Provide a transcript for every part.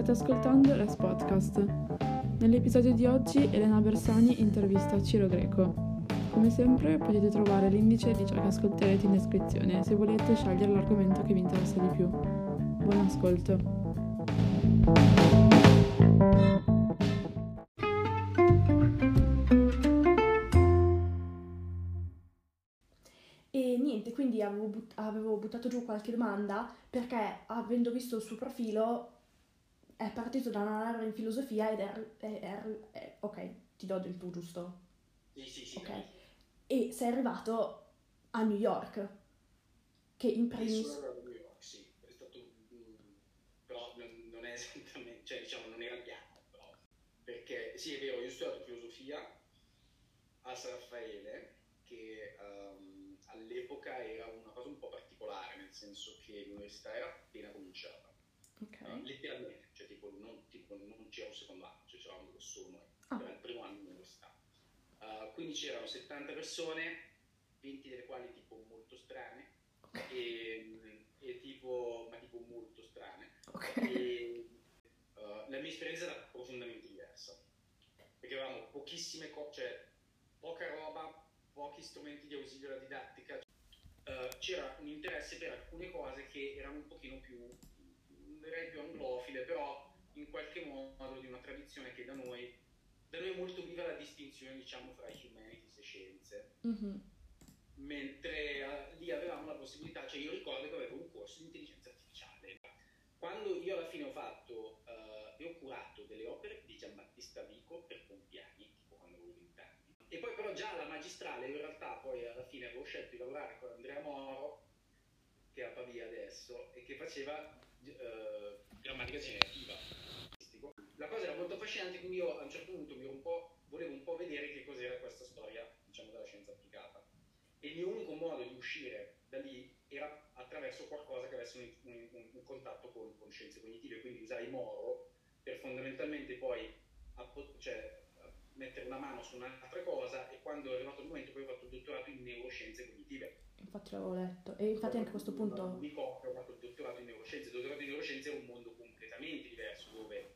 State ascoltando Res Podcast. Nell'episodio di oggi Elena Bersani intervista Ciro Greco. Come sempre potete trovare l'indice di ciò che ascolterete in descrizione se volete scegliere l'argomento che vi interessa di più. Buon ascolto. E niente, quindi avevo buttato giù qualche domanda perché, avendo visto il suo profilo, è partito da una laurea in filosofia ed ok, ti do del tu, giusto? Sì. Ok. E sei arrivato a New York, che in primis... Sono arrivato a New York, sì, è stato, però non è esattamente, cioè diciamo non era piano, però, perché sì è vero, io ho studiato filosofia a San Raffaele, che all'epoca era una cosa un po' particolare, nel senso che l'università era appena cominciata, letteralmente, cioè tipo non c'era un secondo anno, cioè c'eravamo solo noi, era il primo anno di università. Quindi c'erano 70 persone, 20 delle quali tipo molto strane, e tipo molto strane. E la mia esperienza era profondamente diversa, perché avevamo pochissime cose, poca roba, pochi strumenti di ausilio alla didattica. C'era un interesse per alcune cose che erano un pochino più, direi più anglofile, però in qualche modo di una tradizione che da noi è molto viva la distinzione, diciamo, fra humanities e scienze. Mentre lì avevamo la possibilità, cioè io ricordo che avevo un corso di intelligenza artificiale. Quando io alla fine ho fatto e ho curato delle opere di Giambattista Vico per compiani, tipo quando avevo 20 anni. E poi però già alla magistrale, in realtà poi alla fine avevo scelto di lavorare con Andrea Moro, che è a Pavia adesso, e che faceva grammatica generativa. La cosa era molto affascinante, quindi io a un certo punto volevo un po' vedere che cos'era questa storia, diciamo, della scienza applicata. E il mio unico modo di uscire da lì era attraverso qualcosa che avesse un contatto con scienze cognitive, quindi usai Moro per fondamentalmente poi mettere una mano su un'altra cosa, e quando è arrivato il momento poi ho fatto il dottorato in neuroscienze cognitive. Infatti l'avevo letto, e infatti anche a questo punto... Ho fatto il dottorato in neuroscienze. Il dottorato in neuroscienze era un mondo completamente diverso, dove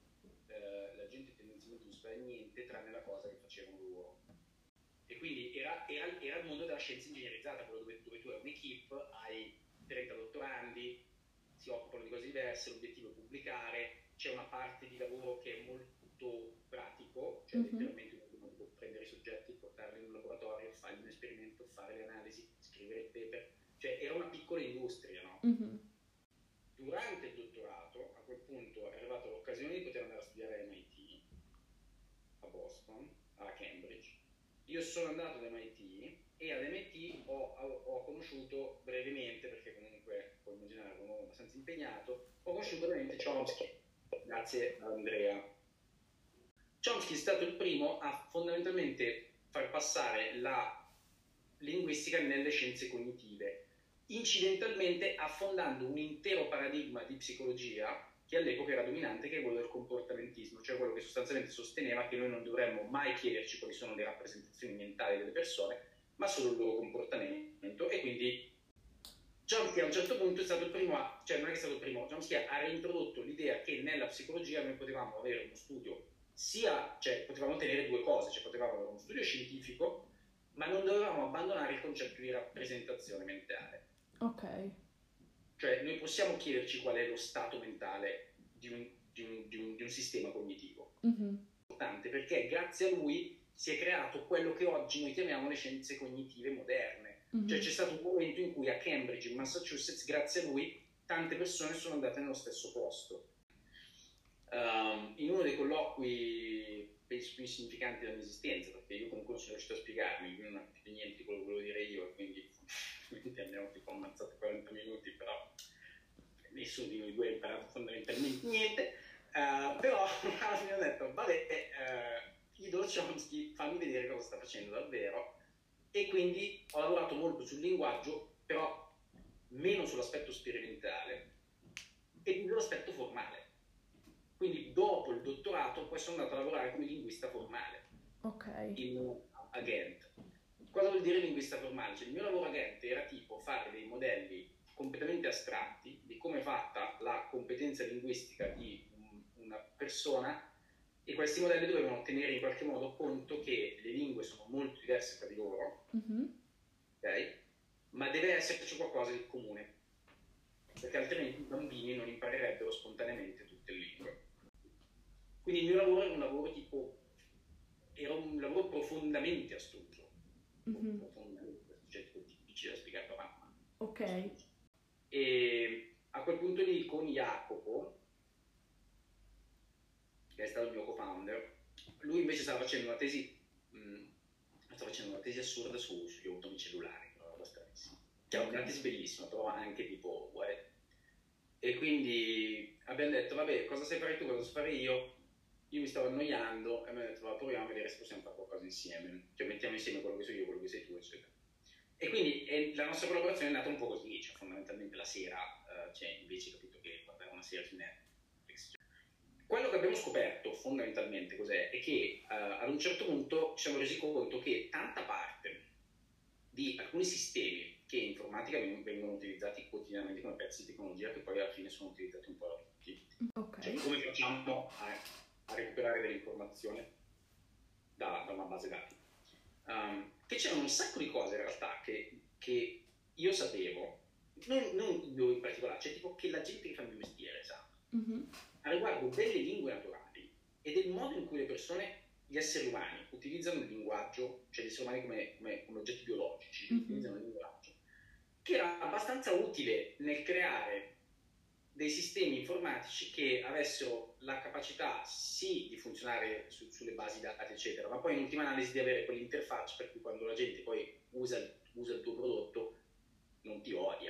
la gente tendenzialmente non sapeva niente tranne la cosa che facevano loro. E quindi era il mondo della scienza ingegnerizzata, quello dove tu hai un'equipe, hai 30 dottorandi, si occupano di cose diverse, l'obiettivo è pubblicare, c'è una parte di lavoro che è molto pratico, cioè letteralmente uno può prendere i soggetti, portarli in un laboratorio, fargli un esperimento, fare le analisi, scrivere il paper, cioè era una piccola industria, no? Durante il dottorato, a quel punto è arrivata l'occasione di poter andare a studiare a MIT, a Boston, a Cambridge. Io sono andato ad MIT e ad MIT ho conosciuto brevemente, perché comunque puoi immaginare un uomo abbastanza impegnato, ho conosciuto brevemente Chomsky, grazie a Andrea. Chomsky è stato il primo a fondamentalmente far passare la linguistica nelle scienze cognitive, incidentalmente affondando un intero paradigma di psicologia che all'epoca era dominante, che è quello del comportamentismo, cioè quello che sostanzialmente sosteneva che noi non dovremmo mai chiederci quali sono le rappresentazioni mentali delle persone, ma solo il loro comportamento. E quindi Chomsky a un certo punto è stato il primo non è che è stato il primo, Chomsky ha reintrodotto l'idea che nella psicologia noi potevamo avere uno studio potevamo ottenere due cose, cioè potevamo avere uno studio scientifico, ma non dovevamo abbandonare il concetto di rappresentazione mentale. Ok. Cioè noi possiamo chiederci qual è lo stato mentale di un sistema cognitivo. Importante, perché grazie a lui si è creato quello che oggi noi chiamiamo le scienze cognitive moderne. Cioè c'è stato un momento in cui a Cambridge, in Massachusetts, grazie a lui, tante persone sono andate nello stesso posto. In uno dei colloqui penso più significanti della mia esistenza, perché io comunque non sono riuscito a spiegarmi, non ho capito niente di quello che volevo dire io, e quindi abbiamo tipo ammazzato 40 minuti, però nessuno di noi due ha imparato fondamentalmente niente. Però alla fine ho detto, vabbè, Idolo Chomsky, fammi vedere cosa sta facendo davvero. E quindi ho lavorato molto sul linguaggio, però meno sull'aspetto sperimentale e più sull'aspetto formale. Quindi dopo il dottorato poi sono andato a lavorare come linguista formale a Ghent. Cosa vuol dire linguista formale? Cioè, il mio lavoro a Ghent era tipo fare dei modelli completamente astratti di come è fatta la competenza linguistica di una persona, e questi modelli dovevano tenere in qualche modo conto che le lingue sono molto diverse tra di loro, ok? Ma deve esserci qualcosa di comune, perché altrimenti i bambini non imparerebbero spontaneamente tutte le lingue. Quindi il mio lavoro era un lavoro profondamente astruso, profondamente, cioè difficile da spiegare a mamma. Ok. E a quel punto lì con Jacopo, che è stato il mio co-founder, lui invece stava facendo una tesi assurda sugli automi cellulari, una roba stranissima. Che era una tesi bellissima, però anche tipo, e quindi abbiamo detto, vabbè, cosa sai fare tu, cosa so fare io? Io mi stavo annoiando e mi ho detto, proviamo a vedere se possiamo fare qualcosa insieme, cioè mettiamo insieme quello che so io, quello che sei tu, eccetera. E quindi la nostra collaborazione è nata un po' così, cioè fondamentalmente la sera, invece capito che guardare una serie su Netflix. Quello che abbiamo scoperto fondamentalmente cos'è? È che ad un certo punto ci siamo resi conto che tanta parte di alcuni sistemi che in informatica vengono utilizzati quotidianamente come pezzi di tecnologia, che poi alla fine sono utilizzati un po' da tutti. Ok. Cioè, come facciamo a recuperare dell'informazione da una base dati? Che c'erano un sacco di cose in realtà che io sapevo, non io in particolare, cioè tipo che la gente che fa il mio mestiere sa, a riguardo delle lingue naturali e del modo in cui le persone, gli esseri umani, utilizzano il linguaggio, cioè gli esseri umani come oggetti biologici, utilizzano il linguaggio, che era abbastanza utile nel creare dei sistemi informatici che avessero la capacità sì di funzionare sulle basi dati eccetera, ma poi in ultima analisi di avere quell'interfaccia per cui quando la gente poi usa il tuo prodotto non ti odia.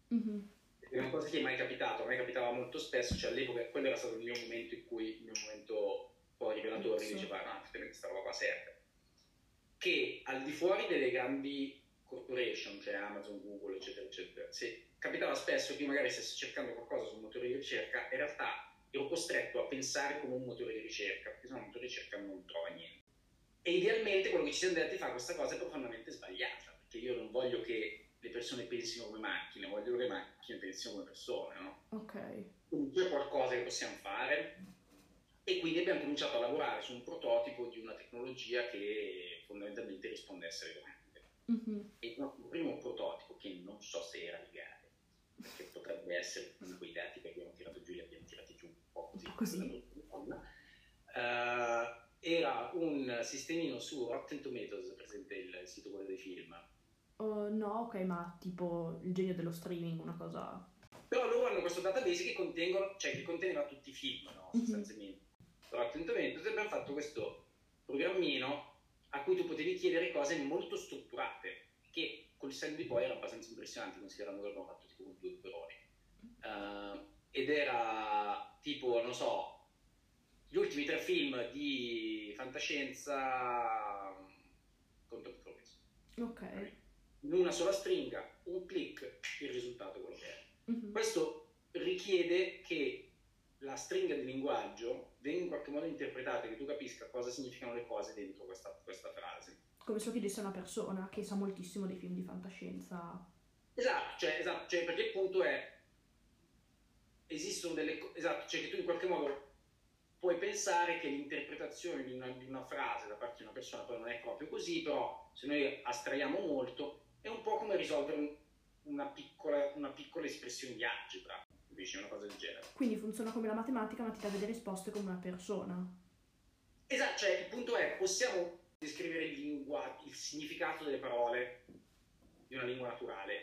È una cosa che mi è mai capitato, a me capitava molto spesso, cioè all'epoca quello era stato il mio momento poi rivelatore, mi diceva no, questa roba qua serve, che al di fuori delle grandi corporation, cioè Amazon, Google eccetera eccetera, se capitava spesso che io magari stessi cercando qualcosa su un motore di ricerca, in realtà ero costretto a pensare come un motore di ricerca, perché se no un motore di ricerca non trova niente. E idealmente quello che ci siamo detti di fare questa cosa è profondamente sbagliata, perché io non voglio che le persone pensino come macchine, voglio che le macchine pensino come persone, no? Ok. Quindi c'è qualcosa che possiamo fare, e quindi abbiamo cominciato a lavorare su un prototipo di una tecnologia che fondamentalmente rispondesse alle domande. E il nostro primo prototipo, che non so se era legale, perché potrebbe essere una di quei dati che abbiamo tirato giù, li abbiamo tirati giù un po' così. Era un sistemino su Rotten Tomatoes, presente il sito quello dei film. No, ok, ma tipo il genio dello streaming, una cosa... Però loro hanno questo database che conteneva tutti i film, no? Sostanzialmente. Rotten Tomatoes, abbiamo fatto questo programmino a cui tu potevi chiedere cose molto strutturate, che col senno di poi era abbastanza impressionante, considerando che l'abbiamo fatto tipo con 2 peperoni. Ed era tipo, non so, gli ultimi 3 film di fantascienza con Tom Cruise. Ok. In una sola stringa, un click, il risultato è quello che è. Questo richiede che la stringa di linguaggio venga in qualche modo interpretata, che tu capisca cosa significano le cose dentro questa frase. Come se lo chiedesse una persona che sa moltissimo dei film di fantascienza. Esatto, perché il punto è, esistono delle cose, esatto, cioè che tu in qualche modo puoi pensare che l'interpretazione di una frase da parte di una persona poi non è proprio così, però se noi astraiamo molto è un po' come risolvere una piccola espressione di algebra, invece una cosa del genere. Quindi funziona come la matematica, ma ti dà delle risposte come una persona. Esatto, cioè il punto è, possiamo descrivere il significato delle parole di una lingua naturale,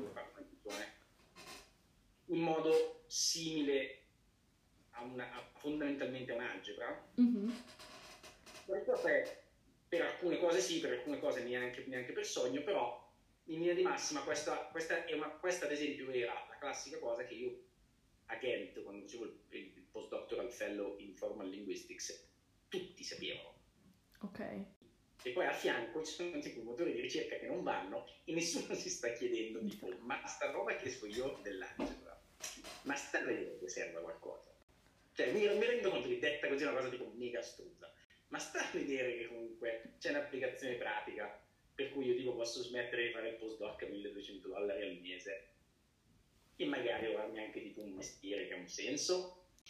in modo simile fondamentalmente a un'algebra. La risposta è, per alcune cose sì, per alcune cose neanche per sogno, però in linea di massima questa ad esempio era la classica cosa che io a Ghent, quando facevo il postdoctoral fellow in formal linguistics, tutti sapevano. Ok. E poi a fianco ci sono tipo motori di ricerca che non vanno e nessuno si sta chiedendo tipo, ma sta roba che so io dell'algebra, ma sta a vedere che serve a qualcosa. Cioè mi rendo conto che detta così è una cosa tipo mega astrusa, ma sta a vedere che comunque c'è un'applicazione pratica per cui io tipo posso smettere di fare il postdoc a $1.200 al mese e magari avrmi anche tipo un mestiere che ha un senso.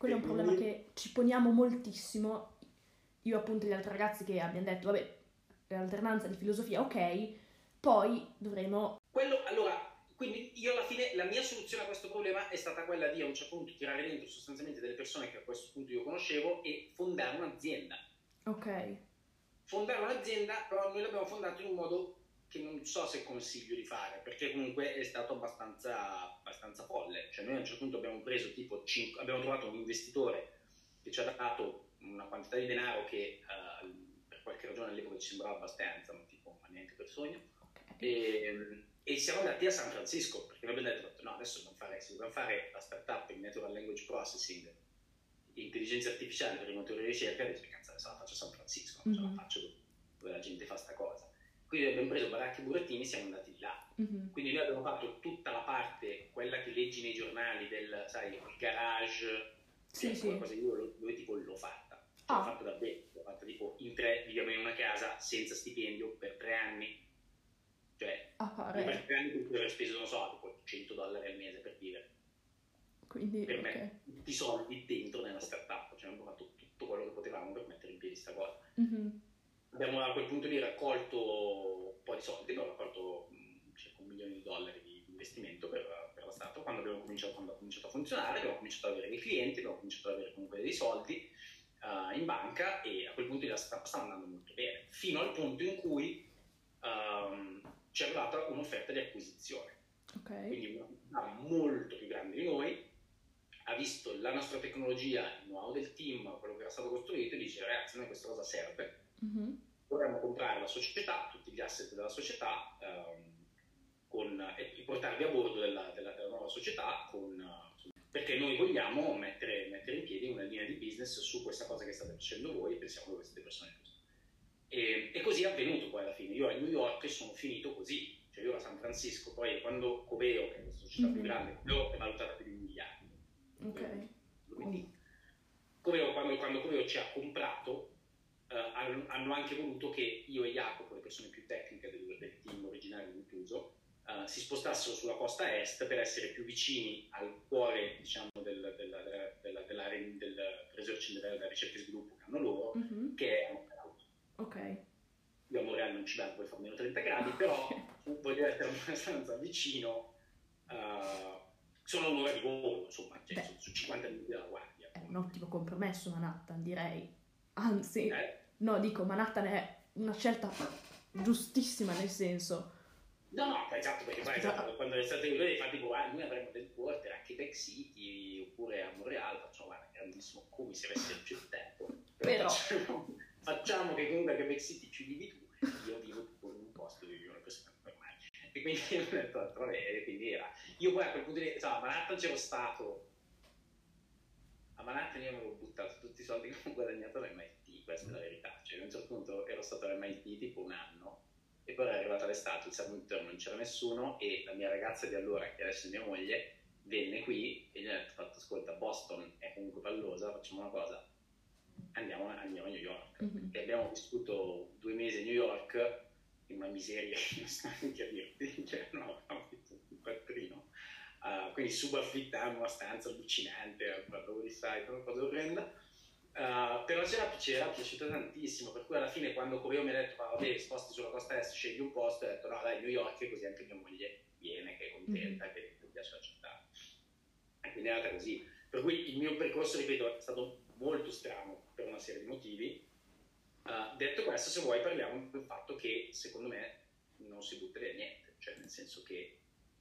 quello è un problema che ci poniamo moltissimo. Io appunto e gli altri ragazzi che abbiamo detto, vabbè, l'alternanza di filosofia, ok, poi dovremo... Allora, quindi io alla fine, la mia soluzione a questo problema è stata quella di a un certo punto tirare dentro sostanzialmente delle persone che a questo punto io conoscevo e fondare un'azienda. Ok. Fondare un'azienda, però noi l'abbiamo fondato in un modo che non so se consiglio di fare, perché comunque è stato abbastanza folle. Cioè noi a un certo punto abbiamo preso abbiamo trovato un investitore che ci ha dato una quantità di denaro che per qualche ragione all'epoca ci sembrava abbastanza, ma neanche per sogno. Okay. E siamo andati a San Francisco, perché noi abbiamo detto, no, adesso dobbiamo fare la startup in Natural Language Processing, intelligenza artificiale per i motori di ricerca, e dice, cazzo, adesso la faccio a San Francisco, non ce la faccio dove la gente fa sta cosa. Quindi abbiamo preso baracche e burattini e siamo andati di là. Quindi noi abbiamo fatto tutta la parte, quella che leggi nei giornali del, sai, il garage, qualcosa di dove tipo l'ho fatta. L'ho fatta davvero, l'ho fatta tipo in 3, viviamo in una casa senza stipendio per 3 anni. Cioè, per 3 anni aver speso, non so, tipo $100 al mese per vivere. Quindi, per mettere tutti i soldi dentro nella startup, cioè abbiamo fatto tutto quello che potevamo per mettere in piedi sta cosa. Abbiamo a quel punto lì raccolto un po' di soldi, abbiamo raccolto circa $1 milione di investimento per la startup. Quando ha cominciato a funzionare, abbiamo cominciato ad avere dei clienti, abbiamo cominciato ad avere comunque dei soldi in banca, e a quel punto la startup stava andando molto bene, fino al punto in cui ci è arrivata un'offerta di acquisizione. Quindi una compagnia molto più grande di noi ha visto la nostra tecnologia, il know-how del team, quello che era stato costruito, e dice, ragazzi, a noi questa cosa serve, vorremmo comprare la società, tutti gli asset della società, e portarvi a bordo della nuova società, perché noi vogliamo mettere in piedi una linea di business su questa cosa che state facendo voi, e pensiamo che voi siete persone giuste. E così è avvenuto poi alla fine. Io a New York sono finito così, cioè io a San Francisco, poi quando Coveo, che è la società più grande, Coveo è valutata più di $1 miliardo. Quindi quando Coveo ci ha comprato, hanno anche voluto che io e Jacopo, le persone più tecniche del team originario incluso, si spostassero sulla costa est per essere più vicini al cuore, diciamo, della research, della ricerca e sviluppo che hanno loro, che è a Montreal. Io a Montreal non ci vado, poi fa meno 30 gradi, però voglio essere abbastanza vicino. Sono un'ora di volo, insomma, cioè, su 50 minuti dalla guardia. È un ottimo compromesso Manhattan, direi. Anzi, no, dico, Manhattan è una scelta giustissima, nel senso. No, esatto, perché poi quando è stato venuto di fatti, noi avremo del quarter anche Tech City oppure a Montreal, facciamo, guarda, grandissimo, come se avessimo più tempo. Però facciamo che comunque a Quebec City ci vivi tu, io vivo tipo in un posto dove vivono persone normali. E quindi ho detto, vabbè, quindi era. Io poi a quel punto lì, insomma, a Manhattan c'ero stato. A Manhattan io avevo buttato tutti i soldi che avevo guadagnato all'MIT, questa è la verità. Cioè a un certo punto ero stato all'MIT tipo un anno, e poi era arrivata l'estate, il sabato interno non c'era nessuno, e la mia ragazza di allora, che adesso è mia moglie, venne qui e gli ho fatto, ascolta, Boston è comunque pallosa, facciamo una cosa, andiamo a New York. E abbiamo vissuto 2 mesi a New York in una miseria che non sto neanche a dirti, cioè no, abbiamo visto un quattrino, quindi subaffittiamo una stanza allucinante, dove sai, una cosa orrenda, però ci era piaciuta tantissimo, per cui alla fine quando Coveo mi ha detto, vabbè, sposti sulla costa est, scegli un posto, ho detto, no dai, New York, e così anche mia moglie viene, che è contenta, che mi piace la città. E quindi è andata così. Per cui il mio percorso, ripeto, è stato molto strano per una serie di motivi. Detto questo, se vuoi parliamo del fatto che secondo me non si butta via niente, cioè nel senso che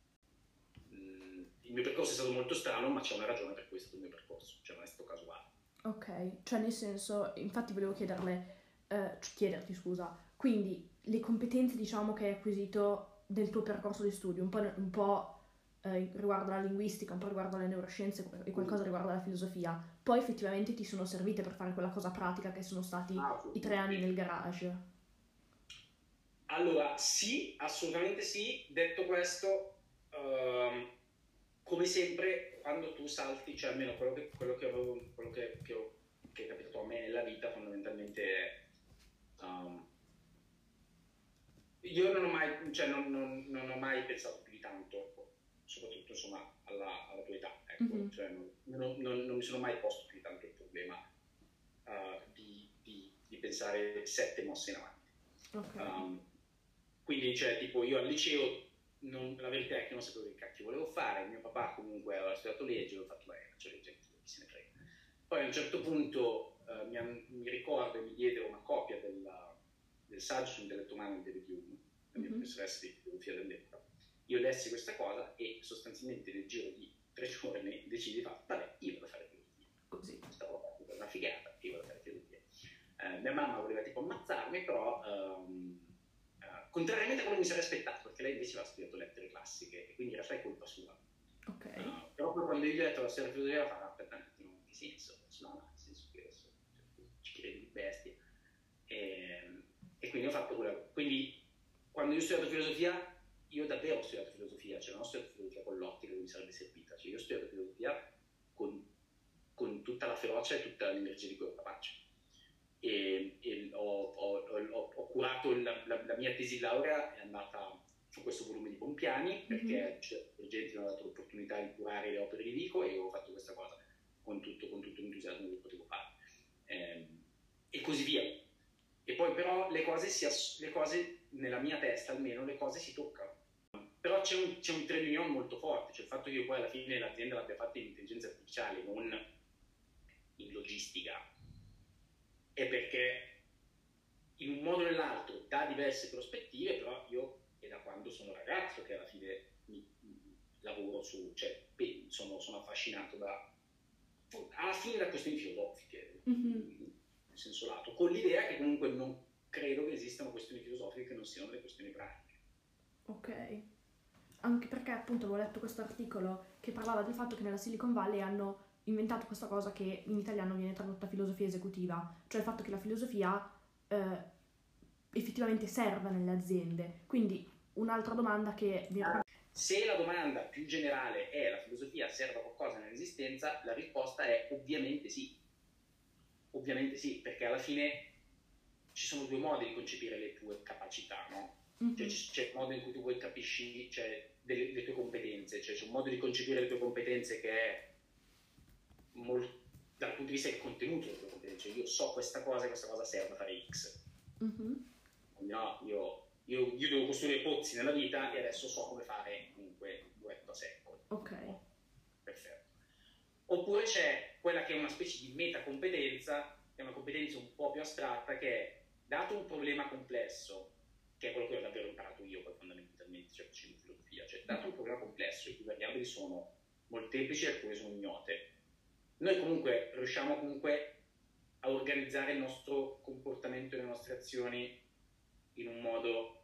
il mio percorso è stato molto strano, ma c'è una ragione per cui è stato il mio percorso, cioè non è stato casuale. Ok, cioè nel senso, infatti volevo chiederti scusa, quindi le competenze, diciamo, che hai acquisito del tuo percorso di studio, un po' riguardo la linguistica, un po' riguardo le neuroscienze e qualcosa riguardo la filosofia, poi effettivamente ti sono servite per fare quella cosa pratica che sono stati i 3 anni nel garage? Allora, sì, assolutamente sì. Detto questo, come sempre, quando tu salti, cioè almeno quello che è capitato a me nella vita, fondamentalmente è, io non ho mai pensato più di tanto su soprattutto insomma alla tua età, ecco. Cioè, non mi sono mai posto più tanto il problema di pensare 7 mosse in avanti. Quindi, cioè, tipo, io al liceo, la verità è che non sapevo che cacchio volevo fare. Mio papà comunque aveva studiato legge, ho fatto, faccio legge, chi se ne frega. Poi a un certo punto mi ricordo e mi diedero una copia del saggio sul dialetto umano di David Hume, la mia professoressa di filosofia dell'epoca. Io lessi questa cosa e sostanzialmente nel giro di 3 giorni decidi di fare, vabbè, io vado a fare filosofia. Così, stavo facendo una figata, io vado a fare filosofia. Mia mamma voleva tipo ammazzarmi, però contrariamente a quello che mi sarei aspettato, perché lei invece aveva studiato lettere classiche e quindi era fai colpa sua. Però poi quando io gli ho detto la storia della filosofia, fa, aspetta un attimo, in che senso? No, nel senso che adesso ci credi di bestia. E quindi ho fatto quello. Quindi quando io ho studiato filosofia, io davvero ho studiato filosofia, cioè non ho studiato filosofia con l'ottica che mi sarebbe servita, cioè io ho studiato filosofia con tutta la ferocia e tutta l'energia di cui ero capace. E ho curato la mia tesi di laurea, è andata su questo volume di Bompiani, perché la gente mi ha dato l'opportunità di curare le opere di Vico e ho fatto questa cosa con tutto l'entusiasmo che potevo fare. E così via. E poi però le cose nella mia testa almeno, le cose si toccano. Però c'è un trade union molto forte, cioè il fatto che io poi alla fine l'azienda l'abbia fatta in intelligenza artificiale, non in logistica, è perché in un modo o nell'altro dà diverse prospettive, però io è da quando sono ragazzo che alla fine lavoro sono affascinato alla fine da questioni filosofiche, in senso lato, con l'idea che comunque non credo che esistano questioni filosofiche che non siano le questioni pratiche. Ok, anche perché appunto avevo letto questo articolo che parlava del fatto che nella Silicon Valley hanno inventato questa cosa che in italiano viene tradotta filosofia esecutiva, cioè il fatto che la filosofia effettivamente serva nelle aziende. Quindi un'altra domanda che se la domanda più generale è la filosofia serve a qualcosa nell'esistenza, la risposta è ovviamente sì. Ovviamente sì, perché alla fine ci sono 2 modi di concepire le tue capacità, no? Cioè, c'è il modo in cui tu poi capisci, cioè, le tue competenze, cioè c'è un modo di concepire le tue competenze che è dal punto di vista del contenuto delle tue competenze, cioè io so questa cosa serve a fare X. No, io devo costruire pozzi nella vita e adesso so come fare comunque duetto a secco. Ok. Perfetto. Oppure c'è quella che è una specie di metacompetenza, è una competenza un po' più astratta che è, dato un problema complesso, che è quello che ho davvero imparato io poi fondamentalmente, cioè facendo filosofia, cioè dato un problema complesso i cui variabili sono molteplici e alcune sono ignote, noi comunque riusciamo comunque a organizzare il nostro comportamento e le nostre azioni in un modo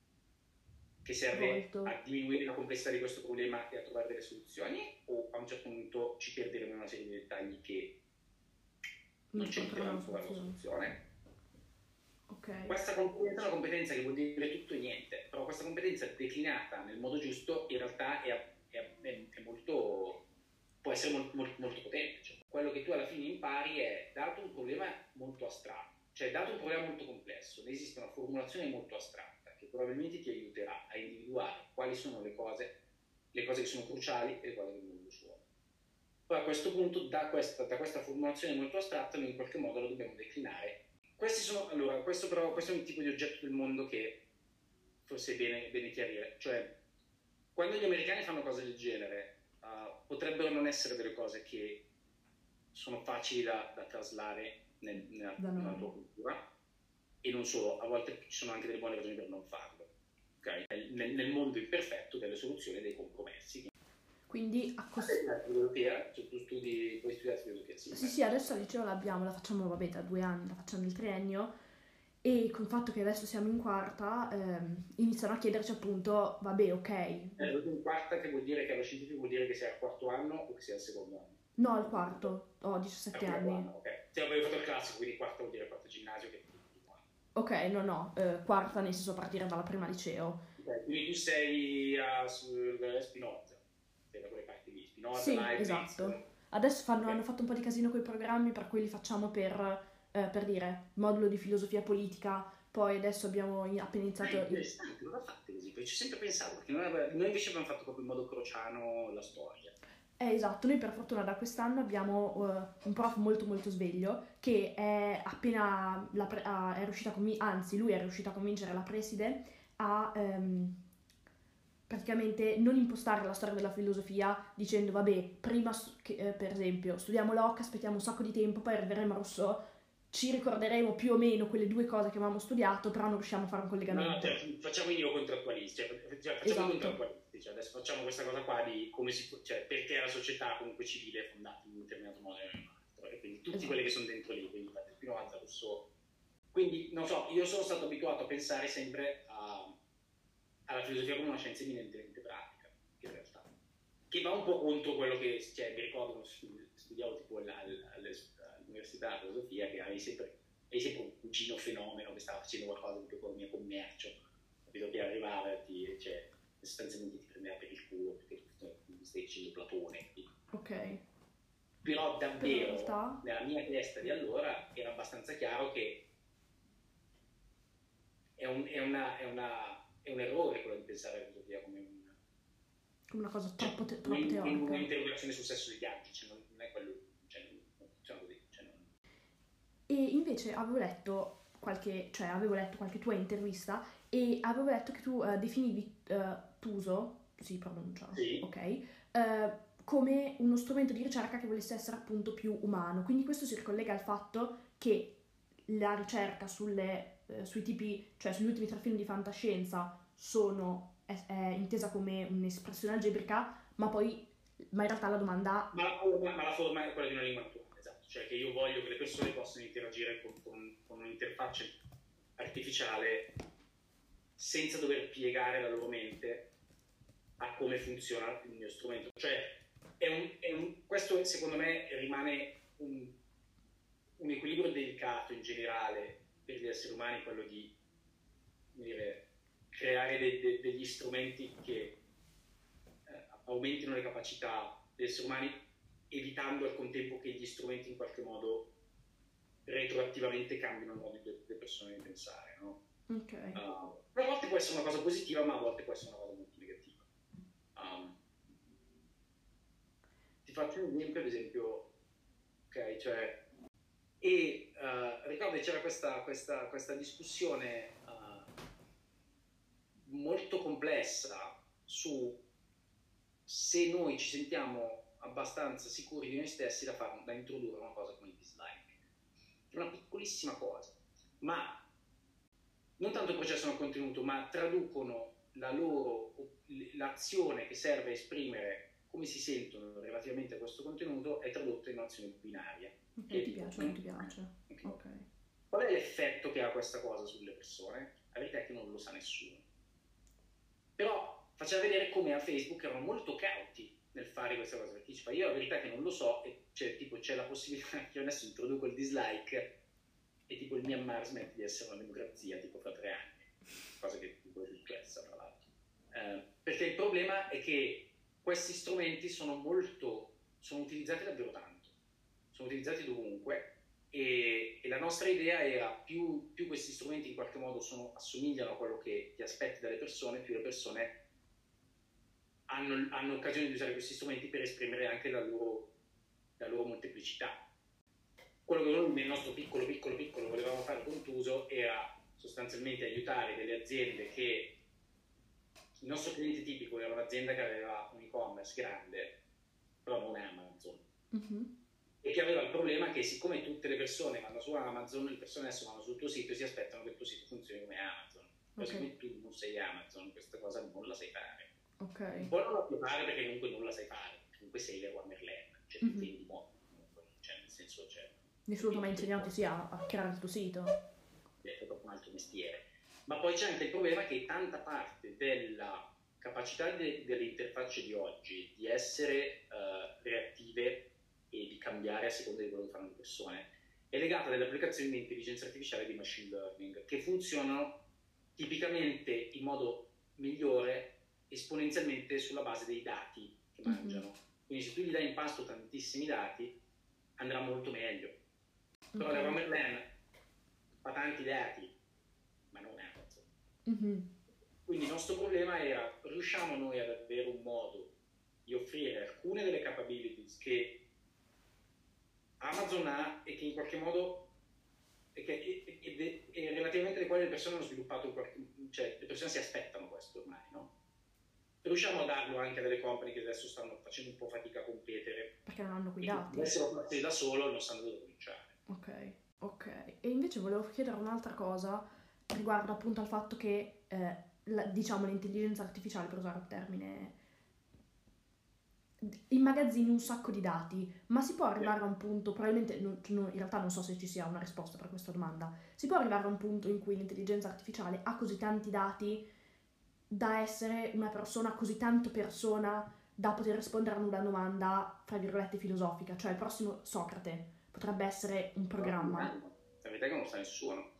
che serve a diminuire la complessità di questo problema e a trovare delle soluzioni, o a un certo punto ci perderemo in una serie di dettagli che non ci aiuteranno a trovare la soluzione. Okay. Questa competenza è una competenza che vuol dire tutto e niente, però questa competenza declinata nel modo giusto in realtà è molto, può essere molto potente. Cioè, quello che tu alla fine impari è, dato un problema molto astratto, cioè dato un problema molto complesso, ne esiste una formulazione molto astratta che probabilmente ti aiuterà a individuare quali sono le cose che sono cruciali e le cose che non lo sono. Poi a questo punto, da questa formulazione molto astratta, noi in qualche modo la dobbiamo declinare. Questo è un tipo di oggetto del mondo che forse è bene chiarire. Cioè, quando gli americani fanno cose del genere, potrebbero non essere delle cose che sono facili da traslare nella tua cultura, e non solo, a volte ci sono anche delle buone ragioni per non farlo. Okay? Nel mondo imperfetto delle soluzioni e dei compromessi. Quindi filosofia, cioè tu puoi studiare filosofia? Sì, adesso al liceo l'abbiamo, la facciamo da 2 anni, la facciamo il triennio, e con il fatto che adesso siamo in quarta iniziano a chiederci appunto, vabbè, ok. In quarta, che vuol dire che allo scientifico vuol dire che sei al 4º anno o che sei al 2º anno? No, al 4º, ho 17 anni. Ok, se avevi fatto il classico, quindi quarta vuol dire 4 ginnasio, che ok, no, quarta nel senso a partire dalla prima liceo. Okay, quindi tu sei sul Spinoza, sei da quelle parti lì, Spinoza, sì, Leibniz. Esatto. Adesso hanno fatto un po' di casino con i programmi, per cui li facciamo per dire modulo di filosofia politica, poi adesso abbiamo appena iniziato... Interessante, non l'ha fatto così, poi ci ho sempre pensato, perché noi invece abbiamo fatto proprio in modo crociano la storia. Esatto, noi per fortuna da quest'anno abbiamo un prof molto molto sveglio che è appena è riuscito lui è riuscito a convincere la preside a praticamente non impostare la storia della filosofia dicendo vabbè, prima per esempio studiamo Locke, aspettiamo un sacco di tempo, poi arriveremo a Rousseau, ci ricorderemo più o meno quelle due cose che avevamo studiato, però non riusciamo a fare un collegamento. No, facciamo i neocontrattualisti, facciamo Esatto. i contrattualisti, cioè adesso facciamo questa cosa qua di come perché la società comunque civile è fondata in un determinato modo e in un altro, e quindi tutti quelli che sono dentro lì, quindi fate Spinoza, Rousseau. Quindi, non so, io sono stato abituato a pensare sempre alla filosofia come una scienza eminentemente pratica, in realtà, che va un po' contro quello che, mi ricordo, studiavo tipo all'università di filosofia, che avevi sempre un cugino fenomeno che stava facendo qualcosa di economia commercio, capito, che arrivava e sostanzialmente ti prendeva per il culo perché tu stai dicendo Platone. Ok. Però davvero, realtà... nella mia testa di allora era abbastanza chiaro che è un errore quello di pensare alla filosofia come una cosa troppo teorica. Un'interrogazione sul sesso degli angeli, non è quello, non funziona così. E invece avevo letto qualche tua intervista e avevo letto che tu definivi Tuso, si pronuncia, sì. Ok, come uno strumento di ricerca che volesse essere appunto più umano. Quindi questo si ricollega al fatto che la ricerca sui tipi, cioè sugli ultimi 3 film di fantascienza è intesa come un'espressione algebrica, ma in realtà la domanda... Ma la forma è quella di una lingua naturale, esatto. Cioè che io voglio che le persone possano interagire con un'interfaccia artificiale senza dover piegare la loro mente a come funziona il mio strumento. Cioè, questo secondo me rimane un equilibrio delicato in generale per gli esseri umani, quello di creare degli strumenti che aumentino le capacità degli esseri umani, evitando al contempo che gli strumenti in qualche modo retroattivamente cambino il modo delle persone di pensare, no? Okay. A volte può essere una cosa positiva, ma a volte può essere una cosa molto negativa. Ti faccio un esempio, ok? Cioè, ricordo che c'era questa discussione molto complessa su se noi ci sentiamo abbastanza sicuri di noi stessi da introdurre una cosa come il dislike. È una piccolissima cosa, ma non tanto processano il contenuto, ma traducono l'azione che serve a esprimere come si sentono relativamente a questo contenuto è tradotta in un'azione binaria. Okay, ti piace o non ti piace? Ok. Qual è l'effetto che ha questa cosa sulle persone? La verità è che non lo sa nessuno. Però faceva vedere come a Facebook erano molto cauti nel fare questa cosa, perché diceva io la verità è che non lo so, e c'è la possibilità che io adesso introduco il dislike e tipo il Myanmar smette di essere una democrazia tipo fra 3 anni, cosa che tipo è successa tra l'altro. Perché il problema è che questi strumenti sono utilizzati davvero tanto, sono utilizzati dovunque, e la nostra idea era più questi strumenti in qualche modo assomigliano a quello che ti aspetti dalle persone, più le persone hanno occasione di usare questi strumenti per esprimere anche la loro molteplicità. Quello che noi nel nostro piccolo volevamo fare con Tuso era sostanzialmente aiutare delle aziende che il nostro cliente tipico era un'azienda che aveva un e-commerce grande, però non è Amazon, e che aveva il problema che siccome tutte le persone vanno su Amazon, le persone adesso vanno sul tuo sito e si aspettano che il tuo sito funzioni come Amazon. Però siccome tu non sei Amazon, questa cosa non la sai fare. Okay. Un po' non la puoi fare perché comunque non la sai fare, comunque sei Leroy Merlin, cioè ti vendi modo, cioè nel senso nessuno ti ha mai insegnato a creare il tuo sito. È proprio un altro mestiere. Ma poi c'è anche il problema che tanta parte della capacità delle interfacce di oggi di essere reattive e di cambiare a seconda di quello che fanno le persone è legata alle applicazioni di intelligenza artificiale e di machine learning, che funzionano tipicamente in modo migliore esponenzialmente sulla base dei dati che mangiano. Quindi se tu gli dai in pasto tantissimi dati andrà molto meglio. Però Leroy Merlin fa tanti dati ma non Amazon. Mhm. Quindi il nostro problema era: riusciamo noi ad avere un modo di offrire alcune delle capabilities che Amazon ha e che in qualche modo e relativamente alle quali le persone hanno sviluppato, cioè le persone si aspettano questo ormai, no? Riusciamo a darlo anche a delle company che adesso stanno facendo un po' fatica a competere, Perché non hanno quei se dati. dovessero farsi da solo non sanno dove cominciare. Ok. E invece volevo chiedere un'altra cosa riguardo appunto al fatto che, diciamo, l'intelligenza artificiale, per usare il termine, immagazzini un sacco di dati, ma si può arrivare a un punto, probabilmente, in realtà non so se ci sia una risposta per questa domanda, si può arrivare a un punto in cui l'intelligenza artificiale ha così tanti dati da essere una persona così tanto persona da poter rispondere a una domanda, tra virgolette, filosofica, cioè il prossimo Socrate potrebbe essere un programma. La verità è che non lo sa nessuno.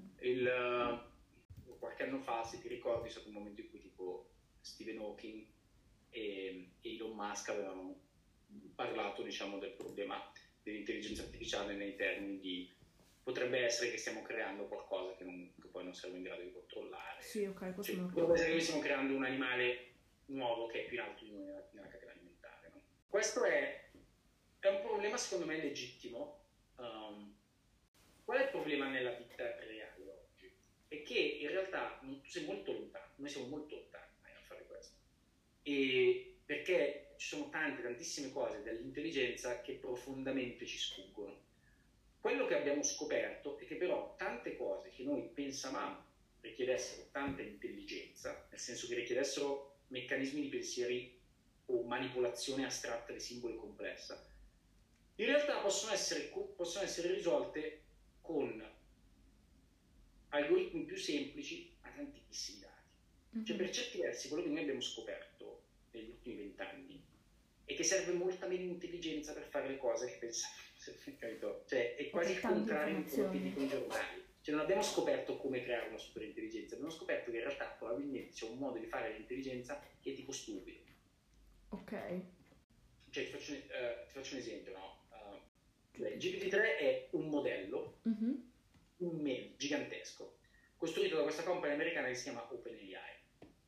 Qualche anno fa, se ti ricordi, è stato un momento in cui tipo Stephen Hawking e Elon Musk avevano parlato, diciamo, del problema dell'intelligenza artificiale nei termini di: potrebbe essere che stiamo creando qualcosa che poi non siamo in grado di controllare. Sì, ok, questo Cioè, me lo potrebbe essere che noi stiamo creando un animale nuovo che è più in alto di noi nella catena alimentare, no? Questo è un problema secondo me legittimo. Qual è il problema nella vita reale oggi? È che in realtà tu sei molto lontano, noi siamo molto lontani a fare questo, e perché ci sono tantissime cose dell'intelligenza che profondamente ci sfuggono. Quello che abbiamo scoperto è che però tante cose che noi pensavamo richiedessero tanta intelligenza, nel senso che richiedessero meccanismi di pensieri o manipolazione astratta di simboli complessa, in realtà possono essere risolte con algoritmi più semplici a tantissimi dati. Cioè, per certi versi, quello che noi abbiamo scoperto negli ultimi 20 anni è che serve molta meno intelligenza per fare le cose che pensiamo. Cioè, è quasi il contrario di quello che dicono i giornali. Cioè, non abbiamo scoperto come creare una superintelligenza, abbiamo scoperto che in realtà probabilmente c'è un modo di fare l'intelligenza che è tipo stupido. Ok. Cioè, ti faccio un esempio, no? GPT-3 è un modello gigantesco, costruito da questa company americana che si chiama OpenAI.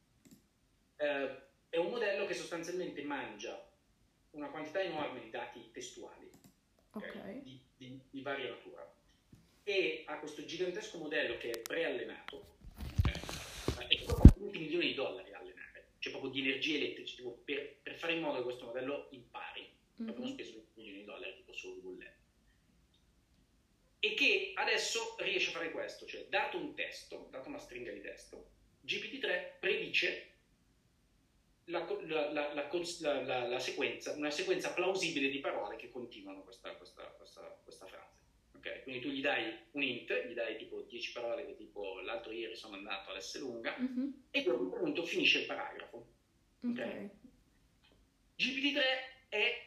È un modello che sostanzialmente mangia una quantità enorme di dati testuali, okay? di varia natura, e ha questo gigantesco modello che è preallenato, e che costa $20 milioni a allenare, cioè proprio di energia elettrica, tipo per fare in modo che questo modello impari. Abbiamo speso $20 milioni tipo solo bollette, e che adesso riesce a fare questo, cioè dato un testo, dato una stringa di testo, GPT-3 predice la sequenza, una sequenza plausibile di parole che continuano questa frase. Okay? Quindi tu gli dai un int, gli dai tipo 10 parole che tipo l'altro ieri sono andato all'Esselunga, e poi a un punto finisce il paragrafo. Okay? GPT-3 è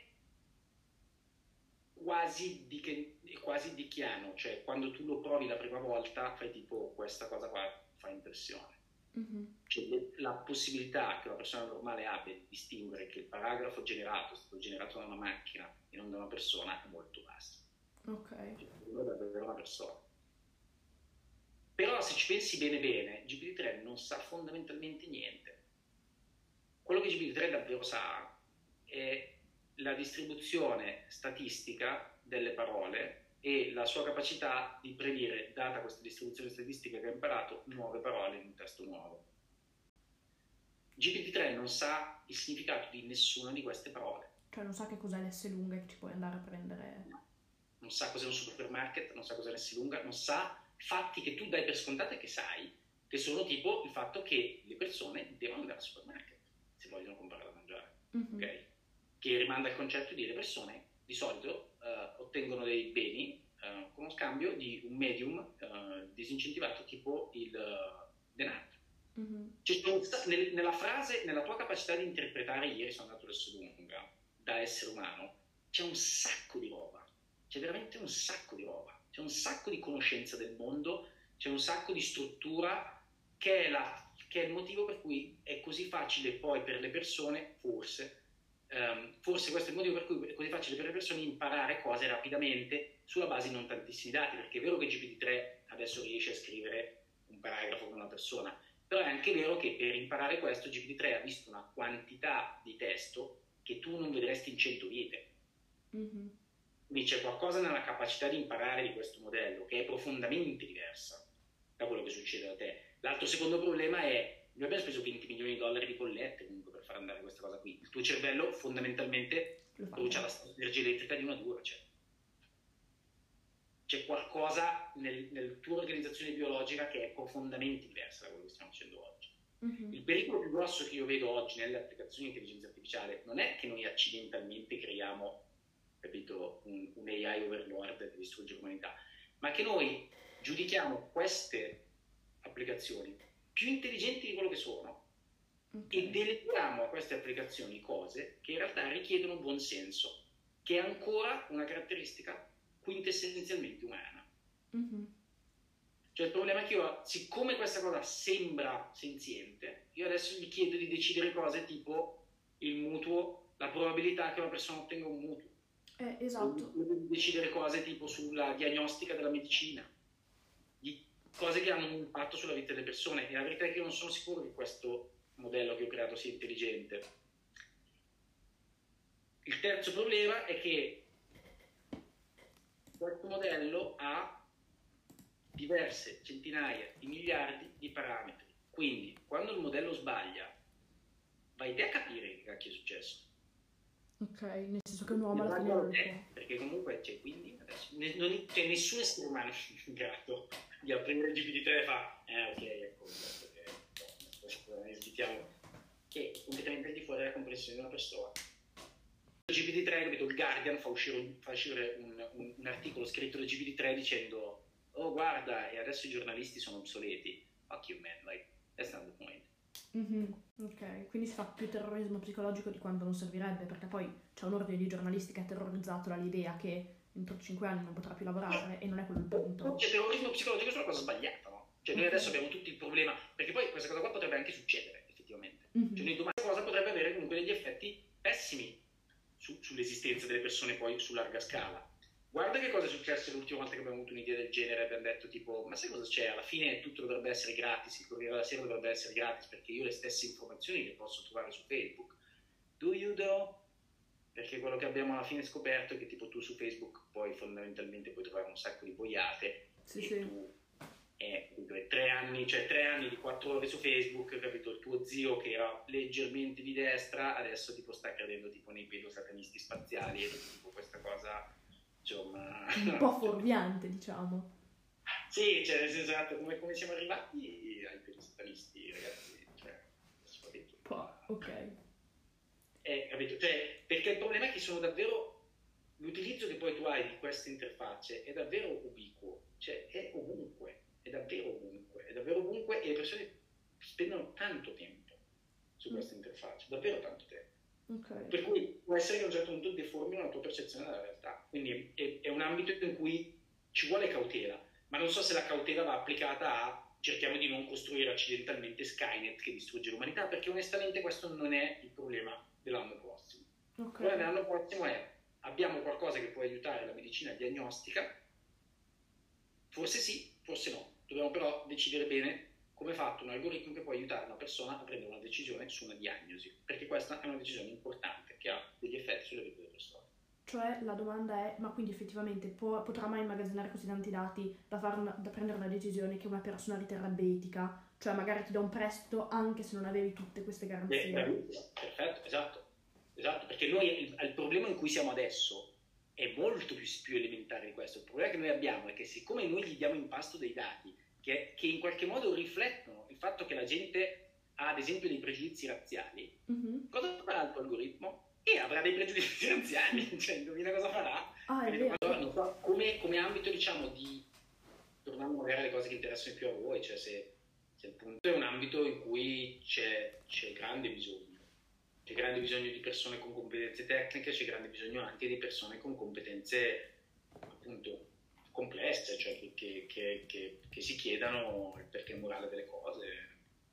quasi dicchiano, cioè quando tu lo provi la prima volta fai tipo: questa cosa qua fa impressione. Cioè, la possibilità che una persona normale abbia di distinguere che il paragrafo generato è stato generato da una macchina e non da una persona è molto bassa. Ok. Cioè, è davvero una persona. Però se ci pensi bene, GPT-3 non sa fondamentalmente niente. Quello che GPT-3 davvero sa è la distribuzione statistica delle parole e la sua capacità di predire, data questa distribuzione statistica che ha imparato, nuove parole in un testo nuovo. GPT-3 non sa il significato di nessuna di queste parole. Cioè non sa che cos'è l'Esselunga che ci puoi andare a prendere. No. Non sa cos'è un supermarket, non sa cos'è l'Esselunga, non sa fatti che tu dai per scontate che sai, che sono tipo il fatto che le persone devono andare al supermarket se vogliono comprare da mangiare. Okay? Che rimanda al concetto di: le persone di solito ottengono dei beni con uno scambio di un medium disincentivato tipo il denaro. Cioè, nella frase, nella tua capacità di interpretare ieri sono andato all'Esselunga da essere umano, c'è un sacco di roba, c'è veramente un sacco di roba, c'è un sacco di conoscenza del mondo, c'è un sacco di struttura che è il motivo per cui è così facile poi per le persone, forse questo è il motivo per cui è così facile per le persone imparare cose rapidamente sulla base di non tantissimi dati, perché è vero che GPT-3 adesso riesce a scrivere un paragrafo con una persona. Però è anche vero che per imparare questo GPT-3 ha visto una quantità di testo che tu non vedresti in 100 vite. Quindi c'è qualcosa nella capacità di imparare di questo modello che è profondamente diversa da quello che succede da te. L'altro secondo problema è: noi abbiamo speso 20 milioni di dollari di bollette comunque per far andare questa cosa qui. Il tuo cervello fondamentalmente produce la stessa energia elettrica di una Duracell. C'è qualcosa nel tua organizzazione biologica che è profondamente diversa da quello che stiamo facendo oggi. Il pericolo più grosso che io vedo oggi nelle applicazioni di intelligenza artificiale non è che noi accidentalmente creiamo, capito, un AI overlord che distrugge l'umanità, ma che noi giudichiamo queste applicazioni più intelligenti di quello che sono e deleghiamo a queste applicazioni cose che in realtà richiedono buon senso, che è ancora una caratteristica quintessenzialmente umana. Cioè il problema è che io, siccome questa cosa sembra senziente, io adesso gli chiedo di decidere cose tipo il mutuo, la probabilità che una persona ottenga un mutuo. Esatto. Di decidere cose tipo sulla diagnostica della medicina, di cose che hanno un impatto sulla vita delle persone. E la verità è che io non sono sicuro che questo modello che ho creato sia intelligente. Il terzo problema è che questo modello ha diverse centinaia di miliardi di parametri. Quindi, quando il modello sbaglia, vai te a capire che cacchio è successo. Ok, nel senso che un uomo alla fine non può. Perché comunque c'è, quindi adesso c'è nessun essere umano in grado di aprire il GPT-3 e fa ok, ecco, smettiamo, che è completamente al di fuori della comprensione di una persona. Il GPT-3, capito, il Guardian fa uscire un articolo scritto da GPT-3 dicendo: oh guarda, e adesso i giornalisti sono obsoleti. Fuck you man, like, that's not the point. Ok, quindi si fa più terrorismo psicologico di quanto non servirebbe, perché poi c'è un ordine di giornalisti che è terrorizzato dall'idea che entro 5 anni non potrà più lavorare e non è quello il punto. C'è terrorismo psicologico, è una cosa sbagliata, no? Cioè noi adesso abbiamo tutto il problema, perché poi questa cosa qua potrebbe anche succedere effettivamente. Cioè noi domani questa cosa potrebbe avere comunque degli effetti pessimi sull'esistenza delle persone poi su larga scala. Guarda che cosa è successo l'ultima volta che abbiamo avuto un'idea del genere, abbiamo detto tipo: ma sai cosa c'è? Alla fine tutto dovrebbe essere gratis, il Corriere della Sera dovrebbe essere gratis perché io le stesse informazioni le posso trovare su Facebook. Do you though? Perché quello che abbiamo alla fine scoperto è che tipo tu su Facebook poi fondamentalmente puoi trovare un sacco di boiate tu capito, 3 anni di 4 ore su Facebook, capito, il tuo zio che era leggermente di destra adesso tipo sta credendo tipo nei pedosatanisti spaziali e tipo questa cosa insomma un po' fuorviante, diciamo. Sì, cioè nel senso, come siamo arrivati ai pedosatanisti, ragazzi, cioè ok. Capito? Cioè, perché il problema è che sono davvero, l'utilizzo che poi tu hai di queste interfacce è davvero ubiquo, cioè è davvero ovunque e le persone spendono tanto tempo su queste interfacce, davvero tanto tempo. Okay. Per cui può essere che a un certo punto deformino la tua percezione della realtà. Quindi è un ambito in cui ci vuole cautela, ma non so se la cautela va applicata a cerchiamo di non costruire accidentalmente Skynet che distrugge l'umanità, perché onestamente questo non è il problema dell'anno prossimo. Il problema dell'anno prossimo è: abbiamo qualcosa che può aiutare la medicina diagnostica? Forse sì, forse no. Dobbiamo però decidere bene come è fatto un algoritmo che può aiutare una persona a prendere una decisione su una diagnosi, perché questa è una decisione importante che ha degli effetti sulla vita delle persone. Cioè la domanda è: ma quindi effettivamente potrà mai immagazzinare così tanti dati da prendere una decisione che una persona riterrebbe etica? Cioè magari ti dà un prestito anche se non avevi tutte queste garanzie. Perfetto, esatto, perché noi il problema in cui siamo adesso è molto più elementare di questo. Il problema che noi abbiamo è che siccome noi gli diamo in pasto dei dati che in qualche modo riflettono il fatto che la gente ha ad esempio dei pregiudizi razziali, cosa farà il tuo algoritmo? E avrà dei pregiudizi razziali, cioè indovina cosa farà? È vero. Non so, come ambito diciamo di, tornando magari alle cose che interessano più a voi, cioè se il punto è un ambito in cui c'è grande bisogno. C'è grande bisogno di persone con competenze tecniche, c'è grande bisogno anche di persone con competenze appunto complesse, cioè che si chiedano il perché morale delle cose.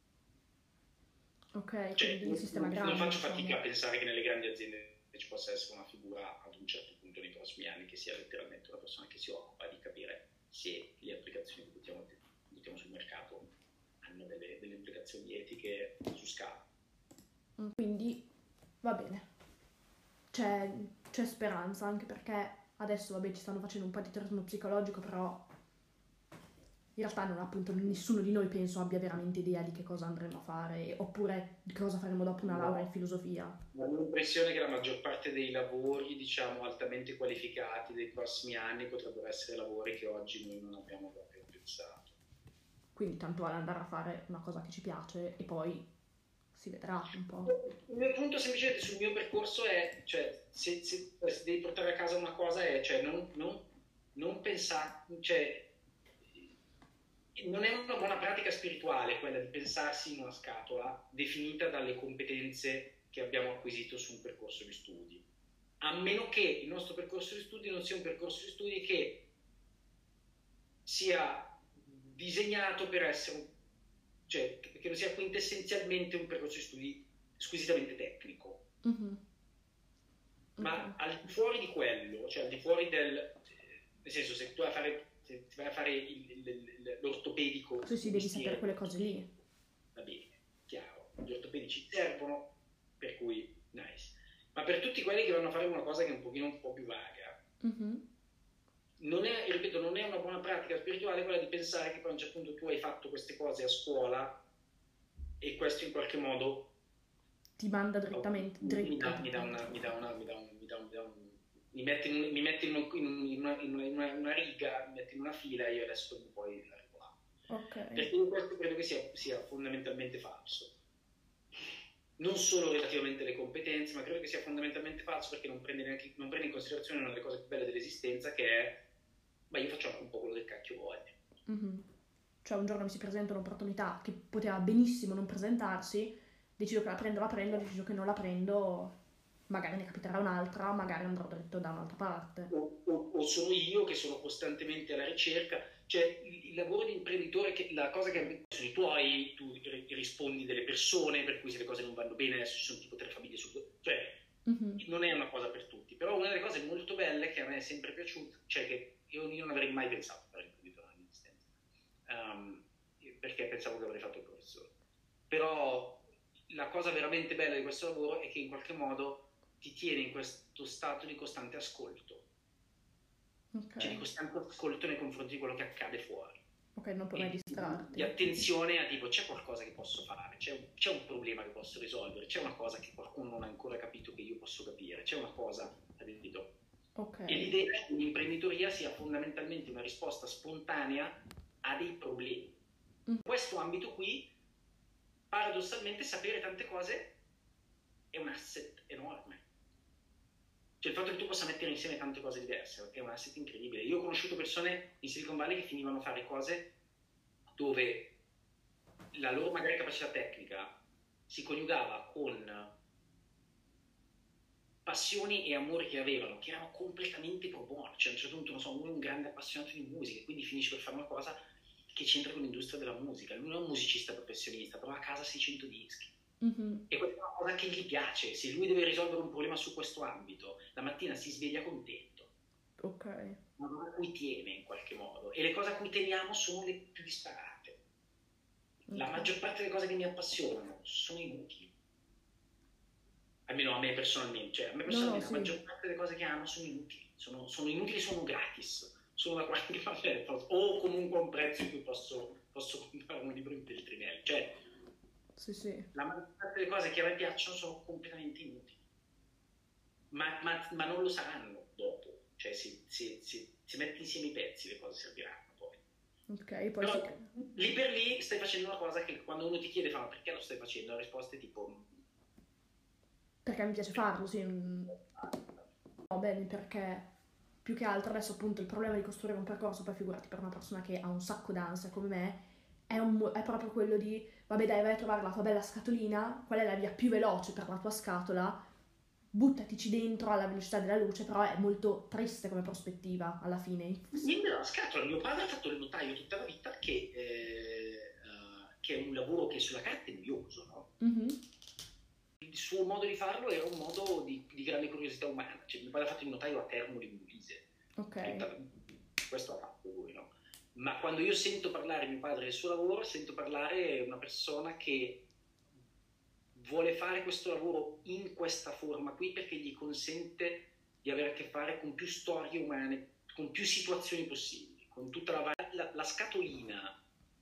Ok, cioè, quindi il sistema grande. Non faccio fatica a pensare che nelle grandi aziende ci possa essere una figura ad un certo punto nei prossimi anni che sia letteralmente una persona che si occupa di capire se le applicazioni che buttiamo sul mercato hanno delle implicazioni etiche su scala. Quindi va bene, c'è speranza, anche perché adesso vabbè ci stanno facendo un po' di turismo psicologico, però in realtà non appunto nessuno di noi penso abbia veramente idea di che cosa andremo a fare oppure di cosa faremo dopo una laurea in filosofia. Ho l'impressione che la maggior parte dei lavori, diciamo, altamente qualificati dei prossimi anni potrebbero essere lavori che oggi noi non abbiamo proprio pensato. Quindi tanto vale andare a fare una cosa che ci piace e poi si vedrà un po'. Il mio punto semplicemente sul mio percorso è, cioè, se devi portare a casa una cosa è, cioè, non pensare, cioè, non è una buona pratica spirituale quella di pensarsi in una scatola definita dalle competenze che abbiamo acquisito su un percorso di studi, a meno che il nostro percorso di studi non sia un percorso di studi che sia disegnato per essere, cioè che non sia quintessenzialmente un percorso di studi squisitamente tecnico. Ma al di fuori di quello, cioè al di fuori nel senso, se tu vai a fare l'ortopedico, sì, devi sapere quelle cose lì. Va bene, chiaro, gli ortopedici servono, per cui nice. Ma per tutti quelli che vanno a fare una cosa che è un po' più vaga, non è una buona pratica spirituale quella di pensare che poi a un certo punto tu hai fatto queste cose a scuola e questo in qualche modo ti manda direttamente mi mette in una riga, mi mette in una fila e io adesso non puoi arrivo là. Okay. Perché questo credo che sia fondamentalmente falso. Non solo relativamente alle competenze, ma credo che sia fondamentalmente falso perché non prende in considerazione una delle cose più belle dell'esistenza, che è ma io faccio anche un po' quello del cacchio voglio. Cioè un giorno mi si presenta un'opportunità che poteva benissimo non presentarsi, decido che la prendo, decido che non la prendo, magari ne capiterà un'altra, magari andrò dritto da un'altra parte. O sono io che sono costantemente alla ricerca, cioè il lavoro di imprenditore, la cosa che sono i tuoi, tu rispondi delle persone, per cui se le cose non vanno bene adesso ci sono tipo 3 famiglie su, cioè non è una cosa per tutti, però una delle cose molto belle che a me è sempre piaciuta, cioè che io non avrei mai pensato a fare imprenditore in perché pensavo che avrei fatto il professore, però la cosa veramente bella di questo lavoro è che in qualche modo ti tiene in questo stato di costante ascolto, cioè di costante ascolto nei confronti di quello che accade fuori. Ok, non puoi mai distrarti. Di attenzione a tipo c'è qualcosa che posso fare, c'è un problema che posso risolvere, c'è una cosa che qualcuno non ha ancora capito che io posso capire, c'è una cosa, capito? Okay. E l'idea è che l'imprenditoria sia fondamentalmente una risposta spontanea a dei problemi. In questo ambito qui, paradossalmente, sapere tante cose è un asset enorme. Cioè il fatto che tu possa mettere insieme tante cose diverse è un asset incredibile. Io ho conosciuto persone in Silicon Valley che finivano a fare cose dove la loro magari capacità tecnica si coniugava con passioni e amori che avevano, che erano completamente pro bono. Cioè a un certo punto, non so, uno è un grande appassionato di musica e quindi finisce per fare una cosa che c'entra con l'industria della musica. Lui non è un musicista professionista, però a casa 600 dischi. E questa è una cosa che gli piace. Se lui deve risolvere un problema su questo ambito, la mattina si sveglia contento. Ok. Una cosa a cui tiene in qualche modo. E le cose a cui teniamo sono le più disparate. La maggior parte delle cose che mi appassionano sono inutili. Almeno a me personalmente. Cioè, a me personalmente la maggior parte delle cose che amo sono inutili. Sono inutili, sono gratis. Sono da qualche parte, o comunque a un prezzo in cui posso comprare un libro in Feltrinelli. Cioè, sì. La maggior parte delle cose che a me piacciono sono completamente inutili. Ma non lo saranno dopo. Cioè, se metti insieme i pezzi, le cose serviranno poi. Ok, poi però, lì per lì stai facendo una cosa che quando uno ti chiede, ma perché lo stai facendo? La risposta è tipo... Perché mi piace farlo, sì. No, bene, perché... Più che altro adesso appunto il problema di costruire un percorso, poi figurati per una persona che ha un sacco d'ansia come me, è proprio quello di, vabbè dai, vai a trovare la tua bella scatolina, qual è la via più veloce per la tua scatola, buttatici dentro alla velocità della luce, però è molto triste come prospettiva alla fine. Niente la scatola, mio padre ha fatto il notaio tutta la vita, che è un lavoro che sulla carta è noioso, no? Il suo modo di farlo era un modo di grande curiosità umana. Cioè, mio padre ha fatto il notaio a Termoli in Molise. Ok. Questo ha fatto lui, no? ma quando io sento parlare mio padre del suo lavoro, sento parlare una persona che vuole fare questo lavoro in questa forma qui perché gli consente di avere a che fare con più storie umane, con più situazioni possibili, con tutta la scatolina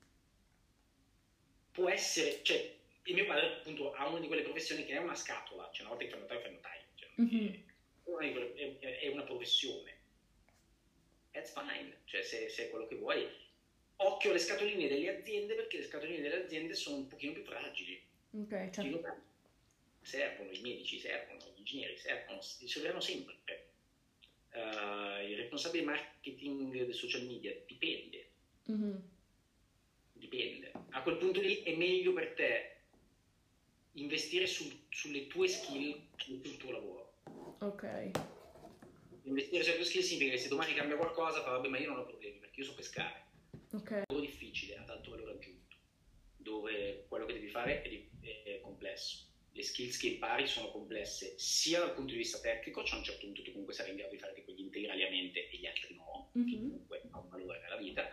può essere, cioè, il mio padre appunto ha una di quelle professioni che è una scatola, cioè una volta che fai notaio, cioè, è una professione. That's fine, cioè se è quello che vuoi. Occhio alle scatoline delle aziende, perché le scatoline delle aziende sono un pochino più fragili. Ok, certo. Servono, i medici servono, gli ingegneri servono, serviranno sempre. Il responsabile marketing dei social media dipende. Dipende. A quel punto lì è meglio per te investire sulle tue skill che sul tuo lavoro. Ok. Investire sulle tue skill significa che se domani cambia qualcosa, fa vabbè, ma io non ho problemi perché io so pescare. Ok. È un lavoro difficile, ad alto valore aggiunto, dove quello che devi fare è complesso. Le skills che impari sono complesse sia dal punto di vista tecnico, cioè a un certo punto tu comunque sarai in grado di fare quegli integrali a mente e gli altri no, che comunque ha un valore nella vita,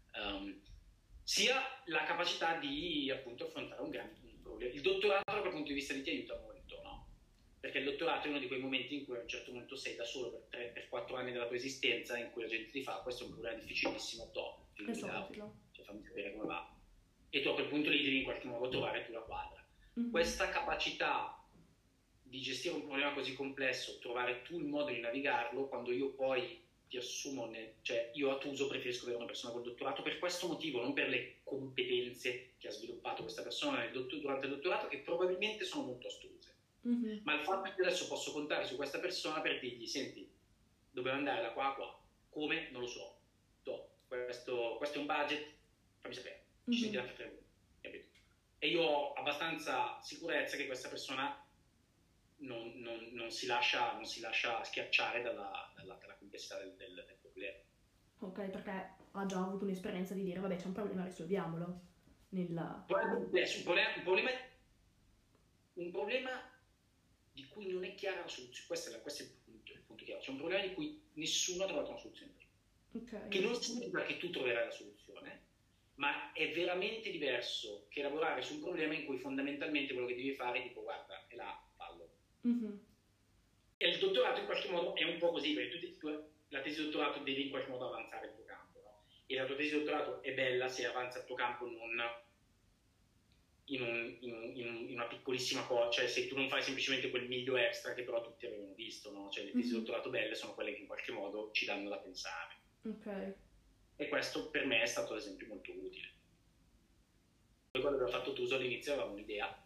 sia la capacità di appunto affrontare un problema. Il dottorato da quel punto di vista ti aiuta molto, no? Perché il dottorato è uno di quei momenti in cui a un certo punto sei da solo per 4 anni della tua esistenza, in cui la gente ti fa questo è un problema difficilissimo, cioè fammi sapere come va, e tu a quel punto lì devi in qualche modo trovare tu la quadra. Questa capacità di gestire un problema così complesso, trovare tu il modo di navigarlo, quando io poi ti assumo, cioè io a Tuso preferisco avere una persona col dottorato per questo motivo, non per le competenze che ha sviluppato questa persona durante il dottorato, che probabilmente sono molto astuse, ma il fatto che adesso posso contare su questa persona per dirgli, senti, dobbiamo andare da qua a qua, come? Non lo so, questo è un budget, fammi sapere, ci sentiamo tra 3 minuti, capito? E io ho abbastanza sicurezza che questa persona non si lascia schiacciare dalla complessità del problema. Ok, perché ha già avuto un'esperienza di dire, vabbè, c'è un problema, risolviamolo. Un problema di cui non è chiara la soluzione, questo è il punto chiaro, c'è un problema di cui nessuno ha trovato una soluzione prima. Okay. Che non significa che tu troverai la soluzione, ma è veramente diverso che lavorare su un problema in cui fondamentalmente quello che devi fare è tipo, guarda, è là, fallo. E il dottorato in qualche modo è un po' così, perché tu la tesi di dottorato devi in qualche modo avanzare il tuo campo, no? E la tua tesi di dottorato è bella se avanza il tuo campo non in una piccolissima cosa, cioè se tu non fai semplicemente quel miglio extra che però tutti avevano visto, no? Cioè le tesi di dottorato belle sono quelle che in qualche modo ci danno da pensare. Ok. E questo per me è stato ad esempio molto utile. Poi quando abbiamo fatto Tuso all'inizio avevamo un'idea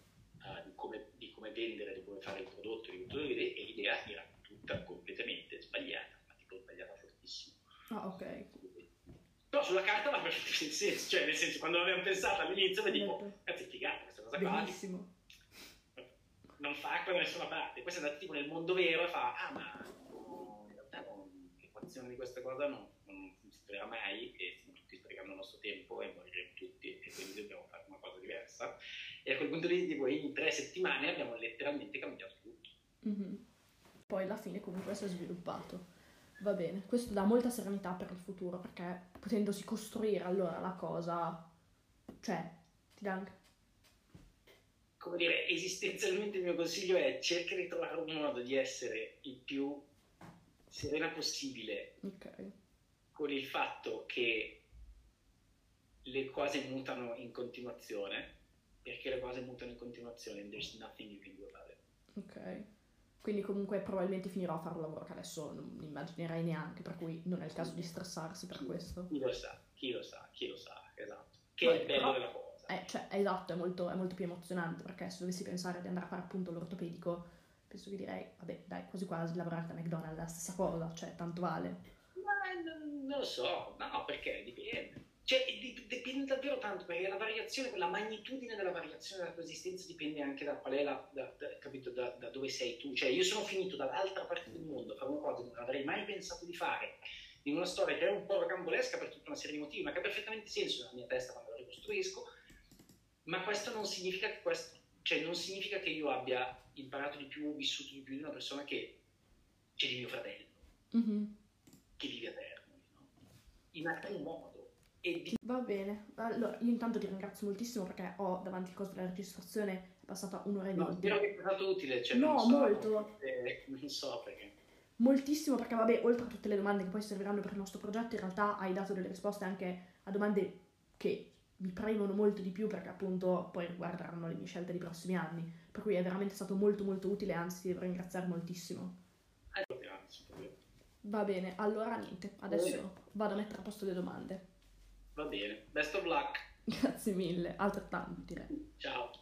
di come vendere, di come fare il prodotto, e l'idea era tutta completamente sbagliata, ma tipo sbagliata fortissimo. Ah, ok. Però sulla carta va perfettamente senso, cioè nel senso quando l'abbiamo pensata all'inizio mi dico, cazzo è figata questa cosa qua. Bellissimo. Non fa da nessuna parte. Poi si è andato tipo nel mondo vero e fa, ma in realtà l'equazione di questa cosa non funzionerà mai e stiamo tutti sprecando il nostro tempo e moriremo tutti e quindi dobbiamo fare una cosa diversa. E a quel punto lì tipo in 3 settimane abbiamo letteralmente cambiato tutto. Poi alla fine comunque si è sviluppato. Va bene, questo dà molta serenità per il futuro perché potendosi costruire allora la cosa, cioè ti dà anche... Come dire, esistenzialmente il mio consiglio è cerca di trovare un modo di essere il più serena possibile con il fatto che le cose mutano in continuazione, perché le cose mutano in continuazione and there's nothing you can do about it. Ok. Quindi comunque probabilmente finirò a fare un lavoro che adesso non immaginerei neanche, per cui non è il caso di stressarsi per questo. Chi lo sa, esatto. Che è il bello della cosa. Cioè, esatto, è molto più emozionante, perché se dovessi pensare di andare a fare appunto l'ortopedico, penso che direi, vabbè, dai, quasi quasi lavorare da McDonald's è la stessa cosa, cioè, tanto vale. Ma non lo so, no, perché dipende. Cioè, dipende davvero tanto, perché la variazione, la magnitudine della variazione della tua esistenza dipende anche da qual è capito, da dove sei tu. Cioè, io sono finito dall'altra parte del mondo a fare una cosa che non avrei mai pensato di fare, in una storia che è un po' rocambolesca per tutta una serie di motivi, ma che ha perfettamente senso nella mia testa quando la ricostruisco, ma questo non significa che io abbia imparato di più, vissuto di più di una persona che c'è di mio fratello, che vive a Termoli, no? In alcun modo. e di... Va bene, allora io intanto ti ringrazio moltissimo perché ho davanti il coso della registrazione, è passata un'ora e No, 20. spero che sia stato utile, cioè No, non so, molto. non so perché. Moltissimo perché vabbè, oltre a tutte le domande che poi serviranno per il nostro progetto, in realtà hai dato delle risposte anche a domande che mi premono molto di più perché appunto poi riguarderanno le mie scelte dei prossimi anni. Per cui è veramente stato molto molto utile, anzi ti devo ringraziare moltissimo. Grazie, proprio. Va bene, allora niente, adesso vado a mettere a posto le domande. Va bene, best of luck. Grazie mille, altrettanto direi. Ciao.